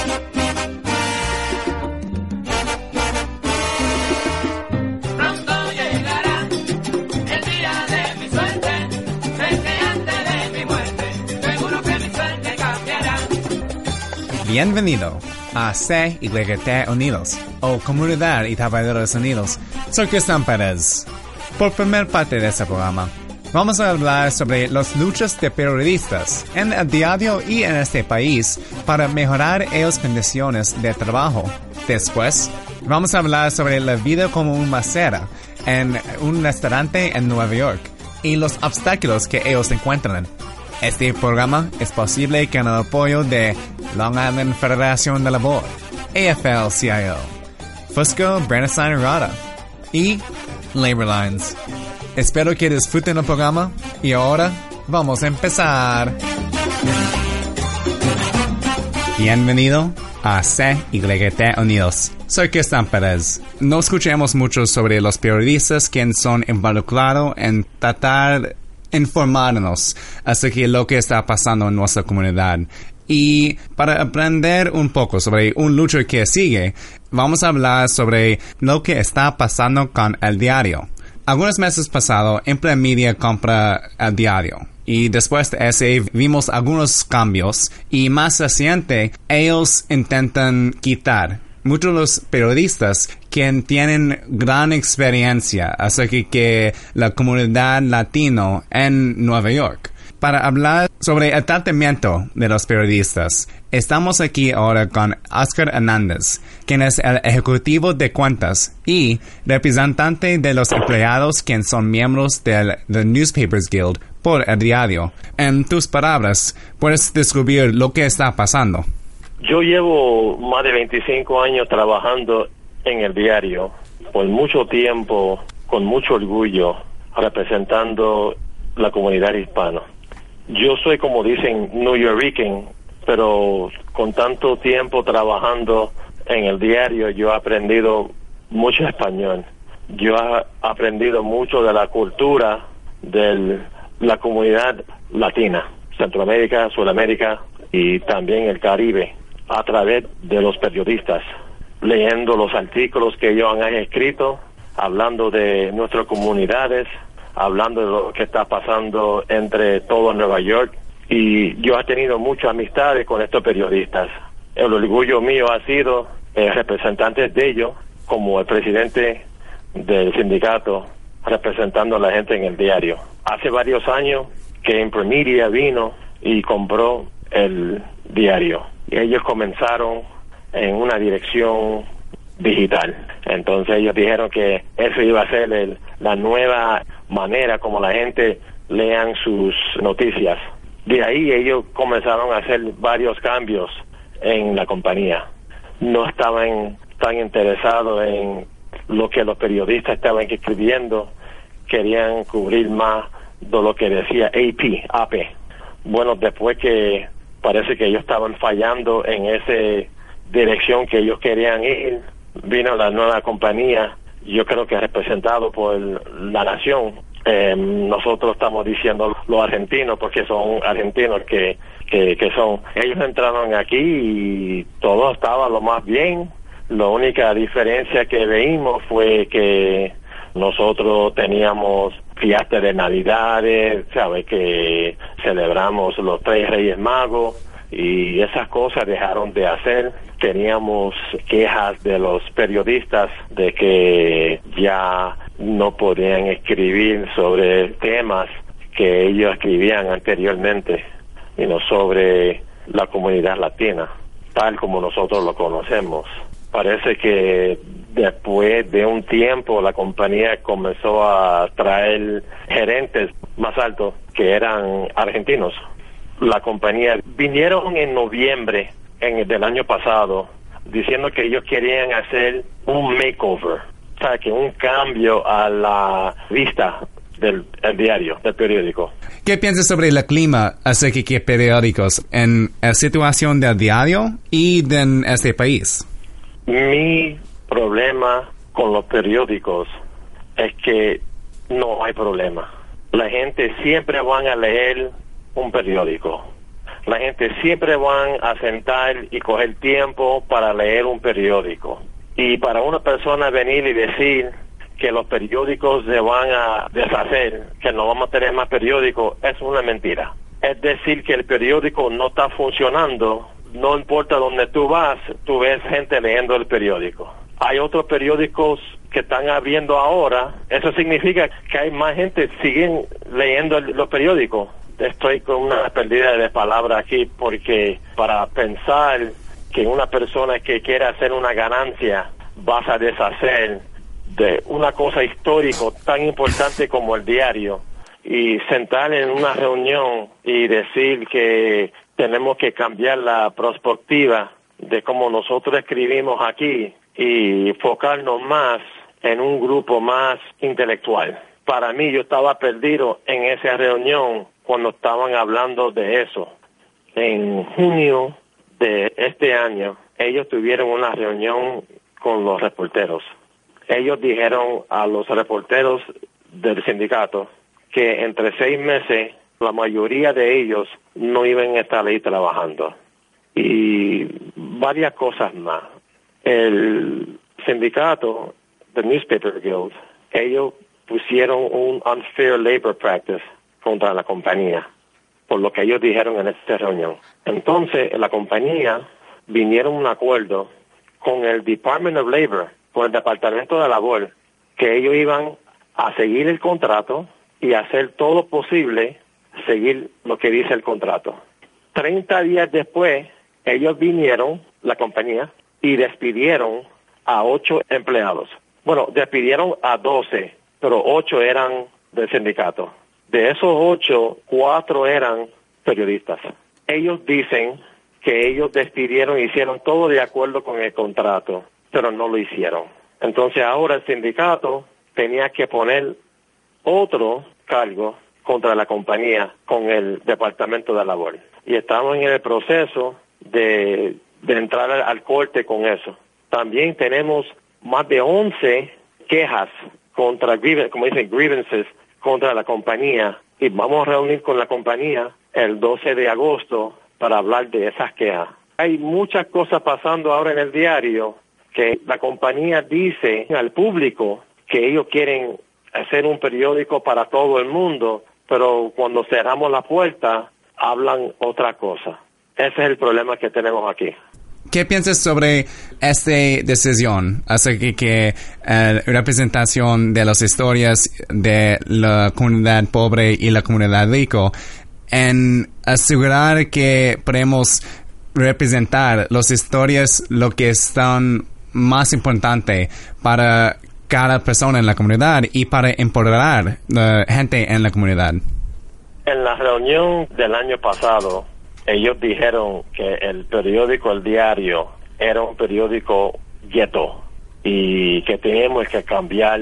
Pronto llegará el día de mi suerte, sé que antes de mi muerte, seguro que mi suerte cambiará. Bienvenido a CYT Unidos, o Comunidad y Trabajadores Unidos. Soy Cristian Pérez. Por primera parte de este programa, vamos a hablar sobre las luchas de periodistas en el diario y en este país para mejorar las condiciones de trabajo. Después, vamos a hablar sobre la vida como un mesero en un restaurante en Nueva York y los obstáculos que ellos encuentran. Este programa es posible con el apoyo de Long Island Federación de Labor, AFL-CIO, Fusco, Bernstein Rada y Labor Lines. Espero que disfruten el programa y ahora vamos a empezar. Bienvenido a CYT Unidos. Soy Cristian Pérez. No escuchamos mucho sobre los periodistas que son involucrados en tratar informarnos acerca de lo que está pasando en nuestra comunidad. Y para aprender un poco sobre un lucha que sigue, vamos a hablar sobre lo que está pasando con el diario. Algunos meses pasados, Impre Media compra el diario. Y después de ese vimos algunos cambios. Y más reciente, ellos intentan quitar muchos de los periodistas que tienen gran experiencia acerca de la comunidad latino en Nueva York. Para hablar sobre el tratamiento de los periodistas, estamos aquí ahora con Oscar Hernández, quien es el ejecutivo de cuentas y representante de los empleados que son miembros del The Newspapers Guild por el diario. En tus palabras, ¿puedes describir lo que está pasando? Yo llevo más de 25 años trabajando en el diario, por mucho tiempo, con mucho orgullo, representando la comunidad hispana. Yo soy, como dicen, New Yorker, pero con tanto tiempo trabajando en el diario, yo he aprendido mucho español. Yo he aprendido mucho de la cultura de la comunidad latina, Centroamérica, Sudamérica y también el Caribe, a través de los periodistas, leyendo los artículos que ellos han escrito, hablando de nuestras comunidades, hablando de lo que está pasando entre todo Nueva York. Y yo he tenido muchas amistades con estos periodistas. El orgullo mío ha sido representantes de ellos, como el presidente del sindicato, representando a la gente en el diario. Hace varios años que Impre Media vino y compró el diario. Y ellos comenzaron en una dirección digital. Entonces ellos dijeron que eso iba a ser la nueva manera como la gente lean sus noticias. De ahí ellos comenzaron a hacer varios cambios en la compañía. No estaban tan interesados en lo que los periodistas estaban escribiendo, querían cubrir más de lo que decía AP. Bueno, después que parece que ellos estaban fallando en esa dirección que ellos querían ir, vino la nueva compañía, yo creo que representado por la nación. Nosotros estamos diciendo los argentinos, porque son argentinos que son. Ellos entraron aquí y todo estaba lo más bien. La única diferencia que vimos fue que nosotros teníamos fiesta de Navidades, ¿sabes? Que celebramos los 3 Reyes Magos y esas cosas dejaron de hacer. Teníamos quejas de los periodistas de que ya no podían escribir sobre temas que ellos escribían anteriormente, sobre la comunidad latina, tal como nosotros lo conocemos. Parece que después de un tiempo la compañía comenzó a traer gerentes más altos que eran argentinos. La compañía vinieron en noviembre del año pasado diciendo que ellos querían hacer un makeover, o sea, que un cambio a la vista del diario, del periódico. ¿Qué piensas sobre el clima acerca de periódicos en la situación del diario y en este país? Mi problema con los periódicos es que no hay problema. La gente siempre van a leer un periódico. La gente siempre van a sentar y coger tiempo para leer un periódico. Y para una persona venir y decir que los periódicos se van a deshacer, que no vamos a tener más periódicos, es una mentira. Es decir, que el periódico no está funcionando, no importa dónde tú vas, tú ves gente leyendo el periódico. Hay otros periódicos que están abriendo ahora, eso significa que hay más gente que siguen leyendo los periódicos. Estoy con una pérdida de palabras aquí porque para pensar que una persona que quiere hacer una ganancia vas a deshacer de una cosa histórica tan importante como el diario y sentar en una reunión y decir que tenemos que cambiar la perspectiva de cómo nosotros escribimos aquí y enfocarnos más en un grupo más intelectual. Para mí, yo estaba perdido en esa reunión cuando estaban hablando de eso. En junio de este año, ellos tuvieron una reunión con los reporteros. Ellos dijeron a los reporteros del sindicato que entre 6 meses la mayoría de ellos no iban a estar ahí trabajando. Y varias cosas más. El sindicato, the Newspaper Guild, ellos pusieron un unfair labor practice contra la compañía, por lo que ellos dijeron en esta reunión. Entonces, la compañía vinieron a un acuerdo con el Department of Labor, con el Departamento de Labor, que ellos iban a seguir el contrato y hacer todo lo posible, seguir lo que dice el contrato. 30 días después, ellos vinieron, la compañía, y despidieron a 8 empleados. Bueno, despidieron a 12, pero 8 eran del sindicato. De esos 8, 4 eran periodistas. Ellos dicen que ellos despidieron y hicieron todo de acuerdo con el contrato, pero no lo hicieron. Entonces ahora el sindicato tenía que poner otro cargo contra la compañía con el Departamento de Labor. Y estamos en el proceso de entrar al corte con eso. También tenemos más de 11 quejas contra, como dicen, grievances contra la compañía. Y vamos a reunir con la compañía el 12 de agosto para hablar de esas quejas. Hay muchas cosas pasando ahora en el diario que la compañía dice al público que ellos quieren hacer un periódico para todo el mundo, pero cuando cerramos la puerta hablan otra cosa. Ese es el problema que tenemos aquí. ¿Qué piensas sobre esta decisión? Así que representación de las historias de la comunidad pobre y la comunidad rica en asegurar que podemos representar las historias lo que están más importante para cada persona en la comunidad y para empoderar la gente en la comunidad. En la reunión del año pasado, ellos dijeron que el periódico El Diario era un periódico gueto y que teníamos que cambiar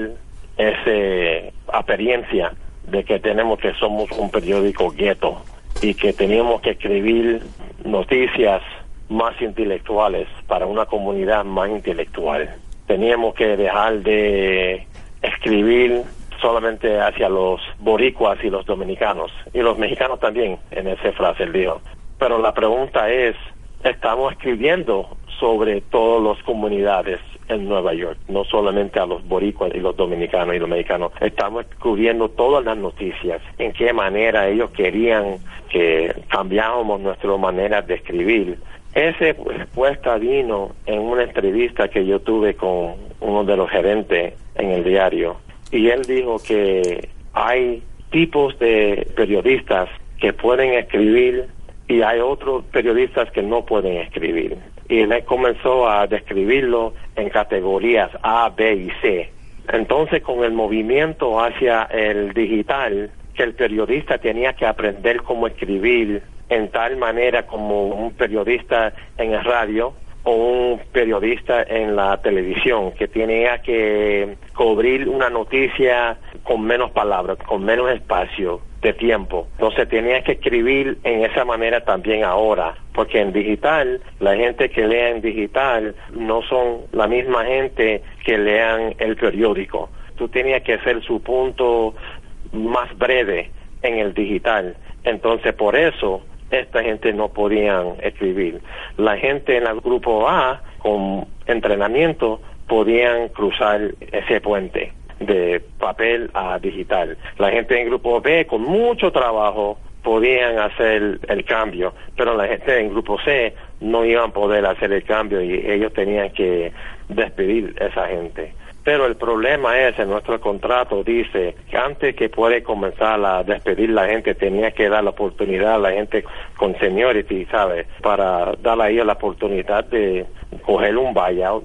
esa apariencia de que tenemos que somos un periódico gueto y que teníamos que escribir noticias más intelectuales para una comunidad más intelectual. Teníamos que dejar de escribir solamente hacia los boricuas y los dominicanos, y los mexicanos también, en esa frase él dijo. Pero la pregunta es, estamos escribiendo sobre todas las comunidades en Nueva York, no solamente a los boricuas y los dominicanos y los mexicanos. Estamos cubriendo todas las noticias, en qué manera ellos querían que cambiáramos nuestra manera de escribir. Esa respuesta vino en una entrevista que yo tuve con uno de los gerentes en el diario, y él dijo que hay tipos de periodistas que pueden escribir y hay otros periodistas que no pueden escribir. Y él comenzó a describirlo en categorías A, B y C. Entonces, con el movimiento hacia el digital, que el periodista tenía que aprender cómo escribir en tal manera como un periodista en el radio o un periodista en la televisión, que tenía que cubrir una noticia con menos palabras, con menos espacio de tiempo. Entonces tenía que escribir en esa manera también ahora, porque en digital, la gente que lea en digital no son la misma gente que lean el periódico. Tú tenías que hacer su punto más breve en el digital. Entonces por eso esta gente no podían escribir. La gente en el grupo A, con entrenamiento, podían cruzar ese puente de papel a digital. La gente en grupo B, con mucho trabajo, podían hacer el cambio, pero la gente en grupo C no iban a poder hacer el cambio y ellos tenían que despedir a esa gente. Pero el problema es, en nuestro contrato dice que antes que puede comenzar a despedir la gente, tenía que dar la oportunidad a la gente con seniority, ¿sabes? Para darle a ellos la oportunidad de coger un buyout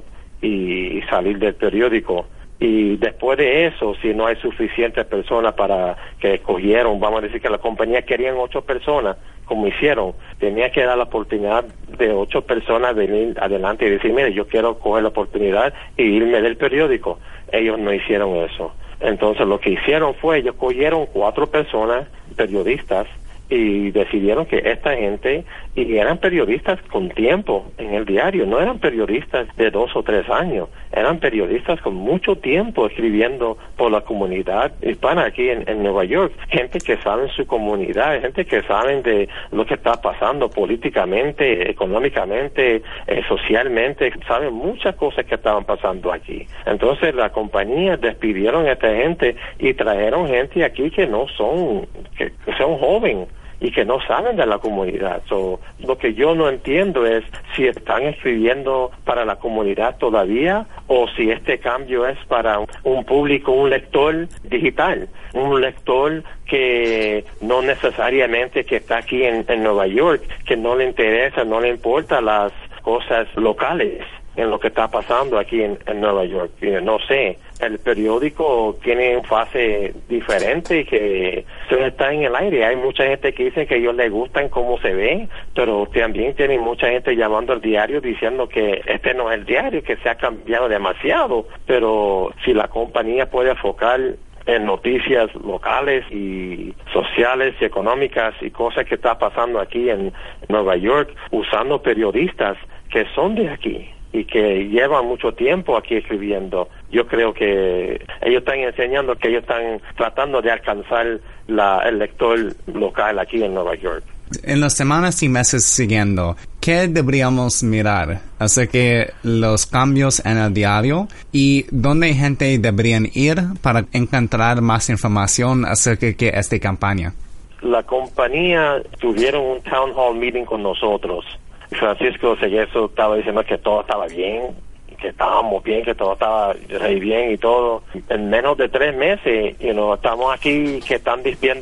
y salir del periódico. Y después de eso, si no hay suficientes personas para que escogieron, vamos a decir que la compañía querían 8 personas, como hicieron, tenía que dar la oportunidad de 8 personas venir adelante y decir, mire, yo quiero coger la oportunidad y irme del periódico. Ellos no hicieron eso. Entonces lo que hicieron fue, ellos cogieron 4 personas, periodistas, y decidieron que esta gente, y eran periodistas con tiempo en el diario, no eran periodistas de 2 o 3 años, eran periodistas con mucho tiempo escribiendo por la comunidad hispana aquí en Nueva York, gente que sabe su comunidad, gente que sabe de lo que está pasando políticamente, económicamente, socialmente, saben muchas cosas que estaban pasando aquí. Entonces la compañía despidieron a esta gente y trajeron gente aquí que no son, que son jóvenes y que no saben de la comunidad. Lo que yo no entiendo es si están escribiendo para la comunidad todavía o si este cambio es para un público, un lector digital, un lector que no necesariamente que está aquí en Nueva York, que no le interesa, no le importa las cosas locales en lo que está pasando aquí en Nueva York. No sé, el periódico tiene una fase diferente y que se está en el aire. Hay mucha gente que dice que a ellos les gustan cómo se ve, pero también tiene mucha gente llamando al diario diciendo que este no es el diario, que se ha cambiado demasiado. Pero si la compañía puede enfocar en noticias locales y sociales y económicas y cosas que está pasando aquí en Nueva York, usando periodistas que son de aquí y que llevan mucho tiempo aquí escribiendo, yo creo que ellos están enseñando que ellos están tratando de alcanzar el lector local aquí en Nueva York. En las semanas y meses siguiendo, ¿qué deberíamos mirar acerca de los cambios en el diario y dónde gente deberían ir para encontrar más información acerca de esta campaña? La compañía tuvieron un town hall meeting con nosotros. Francisco Segueso estaba diciendo que todo estaba bien, que estábamos bien, que todo estaba bien y todo. En menos de 3 meses, estamos aquí que están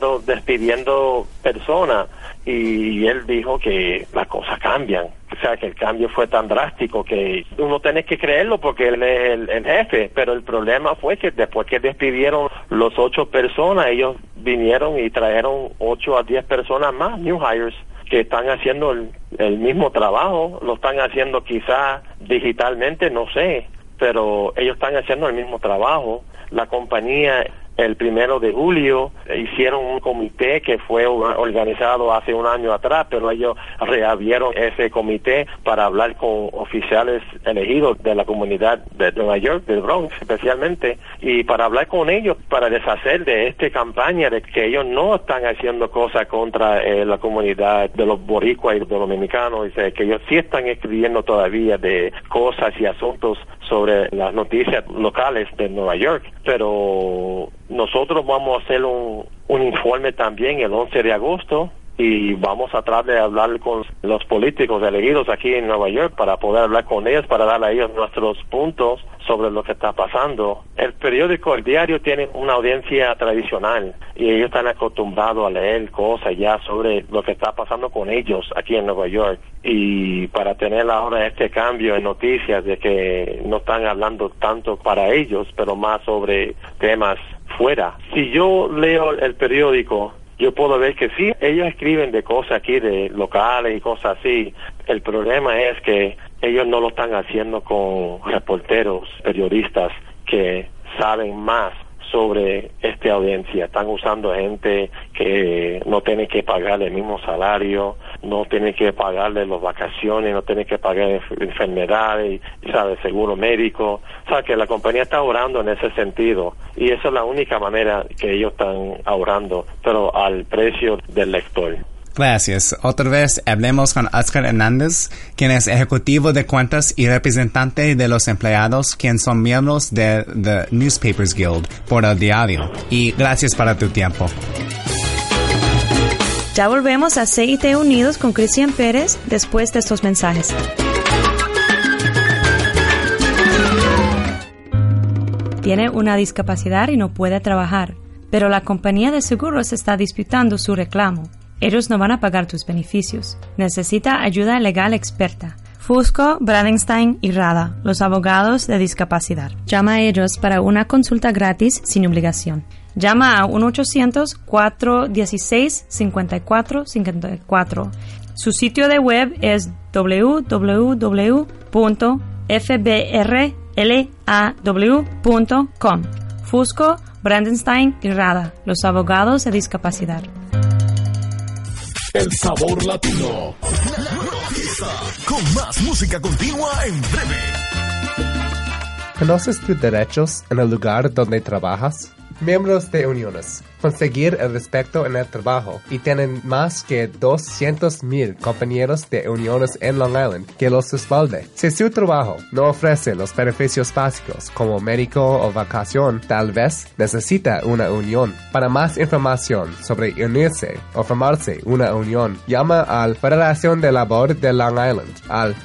despidiendo personas y él dijo que las cosas cambian. O sea, que el cambio fue tan drástico que uno tiene que creerlo porque él es el jefe, pero el problema fue que después que despidieron los 8 personas, ellos vinieron y trajeron 8 a 10 personas más, new hires, que están haciendo el mismo trabajo, lo están haciendo quizás digitalmente, no sé, pero ellos están haciendo el mismo trabajo. La compañía, el 1 de julio, hicieron un comité que fue organizado hace un año atrás, pero ellos reabrieron ese comité para hablar con oficiales elegidos de la comunidad de Nueva York, del Bronx especialmente, y para hablar con ellos, para deshacer de esta campaña de que ellos no están haciendo cosas contra la comunidad de los boricuas y los dominicanos, y que ellos sí están escribiendo todavía de cosas y asuntos sobre las noticias locales de Nueva York, pero nosotros vamos a hacer un informe también el 11 de agosto y vamos a tratar de hablar con los políticos elegidos aquí en Nueva York para poder hablar con ellos, para dar a ellos nuestros puntos sobre lo que está pasando. El periódico, el diario, tiene una audiencia tradicional y ellos están acostumbrados a leer cosas ya sobre lo que está pasando con ellos aquí en Nueva York. Y para tener ahora este cambio en noticias de que no están hablando tanto para ellos, pero más sobre temas fuera. Si yo leo el periódico, yo puedo ver que sí, ellos escriben de cosas aquí, de locales y cosas así. El problema es que ellos no lo están haciendo con reporteros, periodistas que saben más sobre esta audiencia. Están usando gente que no tiene que pagarle el mismo salario, no tiene que pagarle las vacaciones, no tiene que pagar enfermedades, ¿sabes? Seguro médico. O sea, que la compañía está ahorrando en ese sentido. Y esa es la única manera que ellos están ahorrando, pero al precio del lector. Gracias. Otra vez hablemos con Oscar Hernández, quien es ejecutivo de cuentas y representante de los empleados, quien son miembros de The Newspapers Guild por el diario. Y gracias para tu tiempo. Ya volvemos a CIT Unidos con Cristian Pérez después de estos mensajes. Tiene una discapacidad y no puede trabajar, pero la compañía de seguros está disputando su reclamo. Ellos no van a pagar tus beneficios. Necesita ayuda legal experta. Fusco, Bradenstein y Rada, los abogados de discapacidad. Llama a ellos para una consulta gratis sin obligación. Llama a 1-800-416-5454. Su sitio de web es www.fbrlaw.com. Fusco, Bradenstein y Rada, los abogados de discapacidad. El sabor latino. La fiesta. Con más música continua en breve. ¿Conoces tus derechos en el lugar donde trabajas? Miembros de uniones, conseguir el respeto en el trabajo y tienen más que 200,000 compañeros de uniones en Long Island que los respalde. Si su trabajo no ofrece los beneficios básicos como médico o vacación, tal vez necesita una unión. Para más información sobre unirse o formarse una unión, llama a la Federación de Labor de Long Island al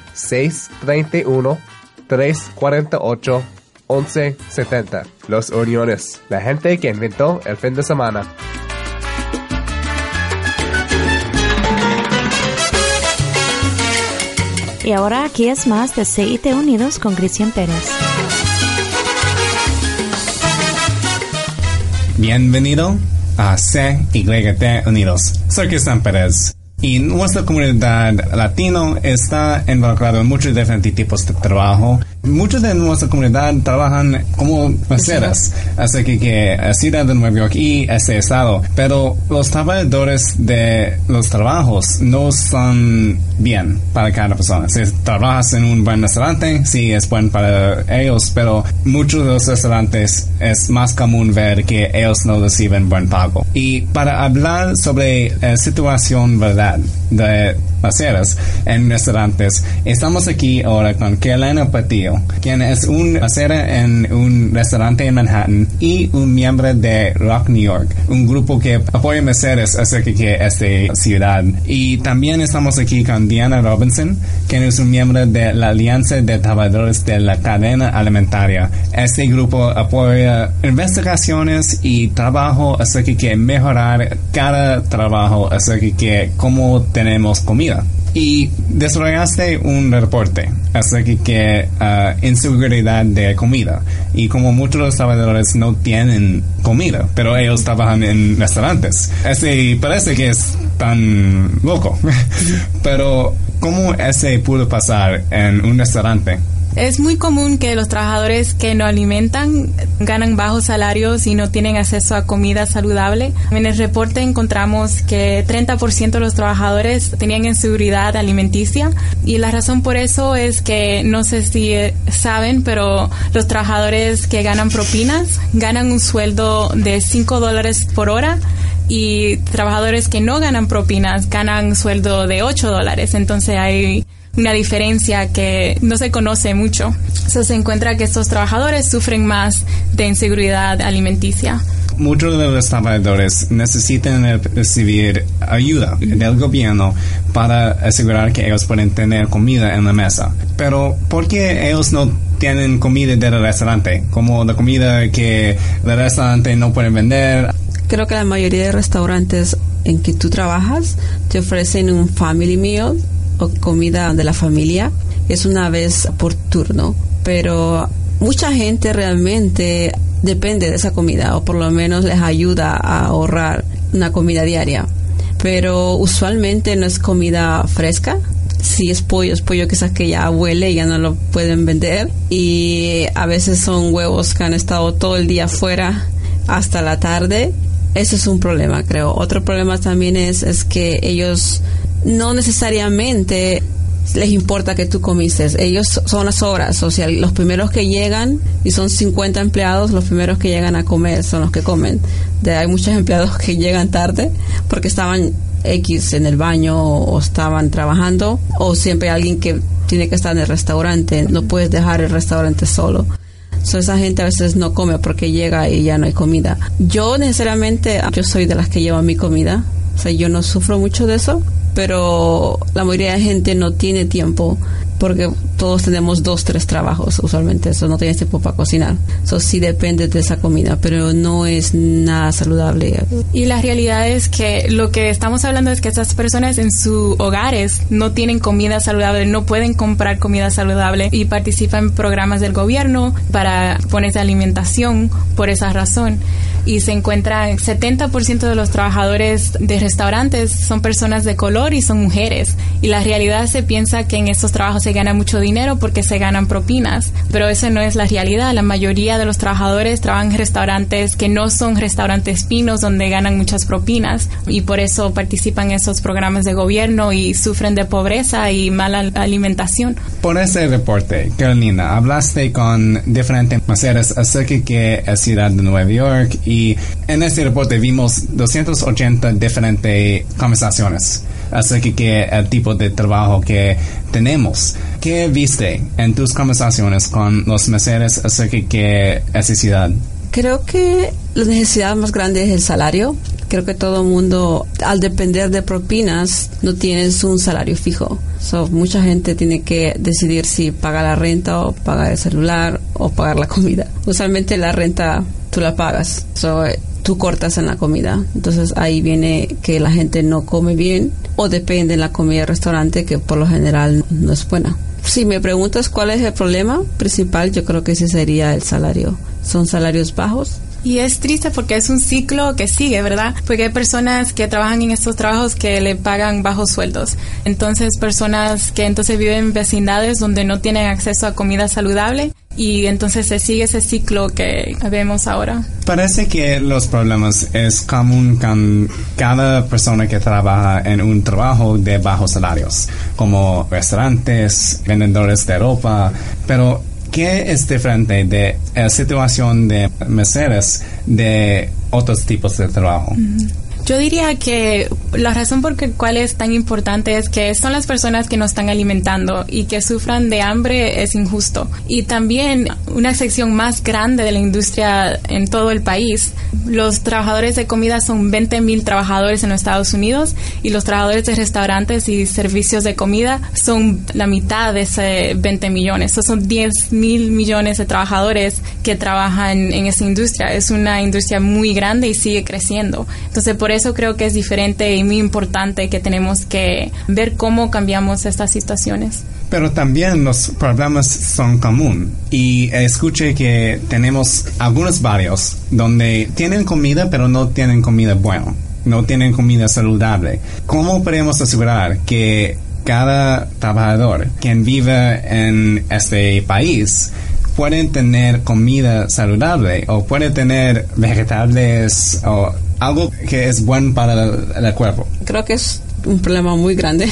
631-348-1170. Los uniones, la gente que inventó el fin de semana. Y ahora aquí es más de CIT Unidos con Cristian Pérez. Bienvenido a CYT Unidos. Soy Cristian Pérez. Y nuestra comunidad latino está involucrada en muchos diferentes tipos de trabajo. Muchos de nuestra comunidad trabajan como meseras, así que ciudad de Nueva York y este estado. Pero los trabajadores de los trabajos no son bien para cada persona. Si trabajas en un buen restaurante, sí es bueno para ellos, pero muchos de los restaurantes es más común ver que ellos no reciben buen pago. Y para hablar sobre la situación, ¿verdad?, de meseras en restaurantes, estamos aquí ahora con Carolina Portillo, quien es una mesera en un restaurante en Manhattan y un miembro de Rock New York, un grupo que apoya meseras acerca de esta ciudad. Y también estamos aquí con Diana Robinson, quien es un miembro de la Alianza de Trabajadores de la Cadena Alimentaria. Este grupo apoya investigaciones y trabajo acerca de mejorar cada trabajo acerca de cómo tenemos comida. Y desarrollaste un reporte acerca de inseguridad de comida y como muchos de los trabajadores no tienen comida, pero ellos trabajan en restaurantes. Parece que es tan loco. Pero ¿cómo pudo pasar en un restaurante? Es muy común que los trabajadores que no alimentan ganan bajos salarios y no tienen acceso a comida saludable. En el reporte encontramos que 30% de los trabajadores tenían inseguridad alimenticia y la razón por eso es que, no sé si saben, pero los trabajadores que ganan propinas ganan un sueldo de $5 por hora y trabajadores que no ganan propinas ganan sueldo de $8. Entonces hay una diferencia que no se conoce mucho. Se encuentra que estos trabajadores sufren más de inseguridad alimenticia. Muchos de los trabajadores necesitan recibir ayuda del gobierno para asegurar que ellos pueden tener comida en la mesa. Pero ¿por qué ellos no tienen comida del restaurante? Como la comida que el restaurante no puede vender. Creo que la mayoría de restaurantes en que tú trabajas te ofrecen un family meal o comida de la familia. Es una vez por turno, pero mucha gente realmente depende de esa comida o por lo menos les ayuda a ahorrar una comida diaria, pero usualmente no es comida fresca. Si es pollo quizás que ya huele y ya no lo pueden vender, y a veces son huevos que han estado todo el día afuera hasta la tarde. Eso es un problema, creo. Otro problema también es que ellos no necesariamente les importa que tú comiste. Ellos son las obras, o sea, los primeros que llegan, y son 50 empleados, los primeros que llegan a comer son los que comen. Hay muchos empleados que llegan tarde porque estaban X en el baño o estaban trabajando, o siempre alguien que tiene que estar en el restaurante. No puedes dejar el restaurante solo. Esa gente a veces no come porque llega y ya no hay comida. Yo necesariamente, yo soy de las que lleva mi comida. O sea, yo no sufro mucho de eso, pero la mayoría de gente no tiene tiempo porque todos tenemos 2, 3 trabajos usualmente, eso no tienes tiempo para cocinar. Eso sí depende de esa comida, pero no es nada saludable. Y la realidad es que lo que estamos hablando es que esas personas en sus hogares no tienen comida saludable, no pueden comprar comida saludable y participan en programas del gobierno para ponerse alimentación por esa razón. Y se encuentran 70% de los trabajadores de restaurantes son personas de color y son mujeres. Y la realidad se piensa que en estos trabajos se gana mucho dinero porque se ganan propinas, pero eso no es la realidad. La mayoría de los trabajadores trabajan en restaurantes que no son restaurantes finos donde ganan muchas propinas y por eso participan en esos programas de gobierno y sufren de pobreza y mala alimentación. Por ese reporte, Carolina, hablaste con diferentes meseras acerca de la ciudad de Nueva York y en este reporte vimos 280 diferentes conversaciones acerca del tipo de trabajo que tenemos. ¿Qué viste en tus conversaciones con los meseros acerca de esa ciudad? Creo que la necesidad más grande es el salario. Creo que todo el mundo, al depender de propinas, no tienes un salario fijo. Mucha gente tiene que decidir si pagar la renta o pagar el celular o pagar la comida. Usualmente la renta tú la pagas. Tú cortas en la comida. Entonces ahí viene que la gente no come bien o depende de la comida del restaurante que por lo general no es buena. Si me preguntas cuál es el problema principal, yo creo que ese sería el salario. Son salarios bajos. Y es triste porque es un ciclo que sigue, ¿verdad? Porque hay personas que trabajan en estos trabajos que le pagan bajos sueldos. Entonces, personas que entonces viven en vecindades donde no tienen acceso a comida saludable y entonces se sigue ese ciclo que vemos ahora. Parece que los problemas es común con cada persona que trabaja en un trabajo de bajos salarios, como restaurantes, vendedores de ropa, pero ¿qué es diferente de la situación de meseros de otros tipos de trabajo? Yo diría que la razón por la cual es tan importante es que son las personas que nos están alimentando y que sufran de hambre es injusto. Y también una sección más grande de la industria en todo el país. Los trabajadores de comida son 20,000 trabajadores en los Estados Unidos y los trabajadores de restaurantes y servicios de comida son la mitad de ese 20 millones. Esos son 10,000 millones de trabajadores que trabajan en esa industria. Es una industria muy grande y sigue creciendo. Entonces, por eso creo que es diferente y muy importante que tenemos que ver cómo cambiamos estas situaciones. Pero también los problemas son comunes. Y escuché que tenemos algunos barrios donde tienen comida, pero no tienen comida buena. No tienen comida saludable. ¿Cómo podemos asegurar que cada trabajador quien vive en este país pueden tener comida saludable o pueden tener vegetales o algo que es bueno para el cuerpo? Creo que es un problema muy grande.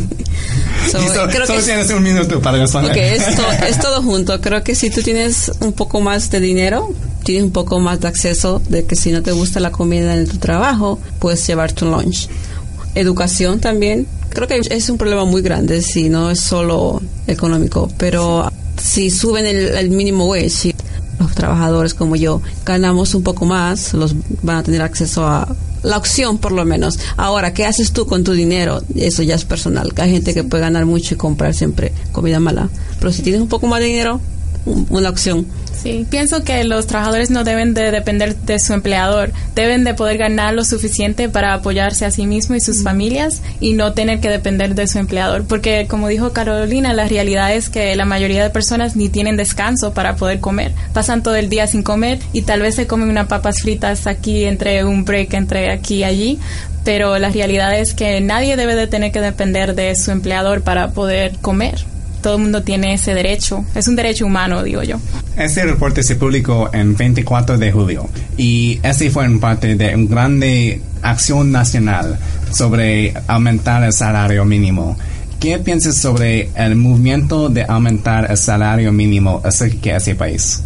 Solo tienes un minuto para responder. Okay, es todo junto. Creo que si tú tienes un poco más de dinero, tienes un poco más de acceso, de que si no te gusta la comida en tu trabajo, puedes llevar tu lunch. Educación también. Creo que es un problema muy grande, si no es solo económico, pero si suben el mínimo wage, los trabajadores como yo ganamos un poco más, los van a tener acceso a la opción por lo menos. Ahora, ¿qué haces tú con tu dinero? Eso ya es personal. Hay gente que puede ganar mucho y comprar siempre comida mala, pero si tienes un poco más de dinero, una opción. Sí, pienso que los trabajadores no deben de depender de su empleador, deben de poder ganar lo suficiente para apoyarse a sí mismos y sus familias y no tener que depender de su empleador, porque como dijo Carolina, la realidad es que la mayoría de personas ni tienen descanso para poder comer, pasan todo el día sin comer y tal vez se comen unas papas fritas aquí entre un break entre aquí y allí, pero la realidad es que nadie debe de tener que depender de su empleador para poder comer. Todo el mundo tiene ese derecho. Es un derecho humano, digo yo. Este reporte se publicó en 24 de julio y este fue en parte de una grande acción nacional sobre aumentar el salario mínimo. ¿Qué piensas sobre el movimiento de aumentar el salario mínimo acerca de ese país?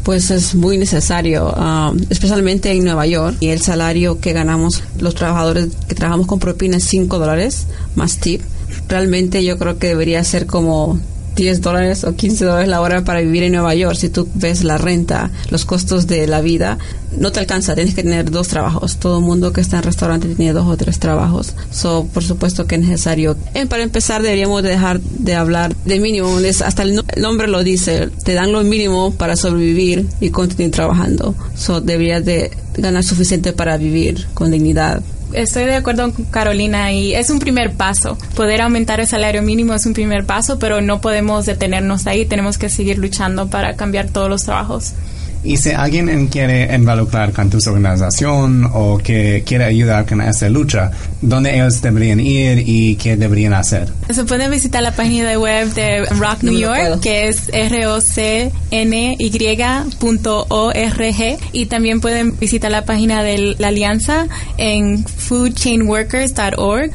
pues es muy necesario, especialmente en Nueva York. Y el salario que ganamos los trabajadores que trabajamos con propina es $5 más tip. Realmente yo creo que debería ser como $10 o $15 la hora para vivir en Nueva York. Si tú ves la renta, los costos de la vida, no te alcanza, tienes que tener 2 trabajos. Todo el mundo que está en restaurante tiene 2 o 3 trabajos. Por supuesto que es necesario. Para empezar, deberíamos dejar de hablar de mínimo. Hasta el nombre lo dice, te dan lo mínimo para sobrevivir y continuar trabajando. Deberías de ganar suficiente para vivir con dignidad. Estoy de acuerdo con Carolina y es un primer paso. Poder aumentar el salario mínimo es un primer paso, pero no podemos detenernos ahí. Tenemos que seguir luchando para cambiar todos los trabajos. Y si alguien quiere involucrar con tu organización o que quiere ayudar con esa lucha, ¿dónde ellos deberían ir y qué deberían hacer? Se pueden visitar la página web de Rock New York, que es rocny.org, y también pueden visitar la página de la Alianza en foodchainworkers.org,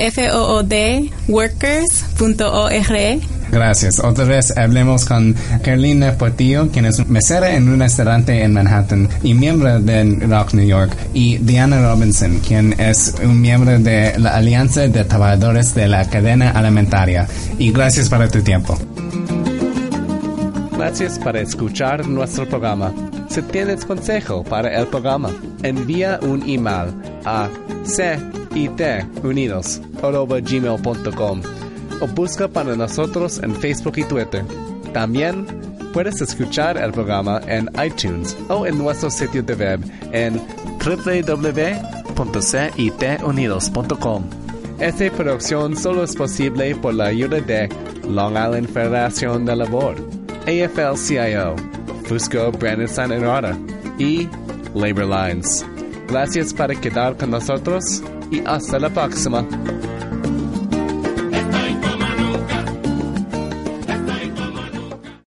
foodworkers.org. Gracias. Otra vez hablemos con Carolina Portillo, quien es mesera en un restaurante en Manhattan y miembro de Rock New York, y Diana Robinson, quien es un miembro de la Alianza de Trabajadores de la Cadena Alimentaria. Y gracias por tu tiempo. Gracias por escuchar nuestro programa. Si tienes consejo para el programa, envía un email a citunidos@gmail.com o busca para nosotros en Facebook y Twitter. También puedes escuchar el programa en iTunes o en nuestro sitio de web en www.citunidos.com. Esta producción solo es posible por la ayuda de Long Island Federación de Labor, AFL-CIO, Fusco Brandon Enrada y Labor Lines. Gracias por quedar con nosotros y hasta la próxima.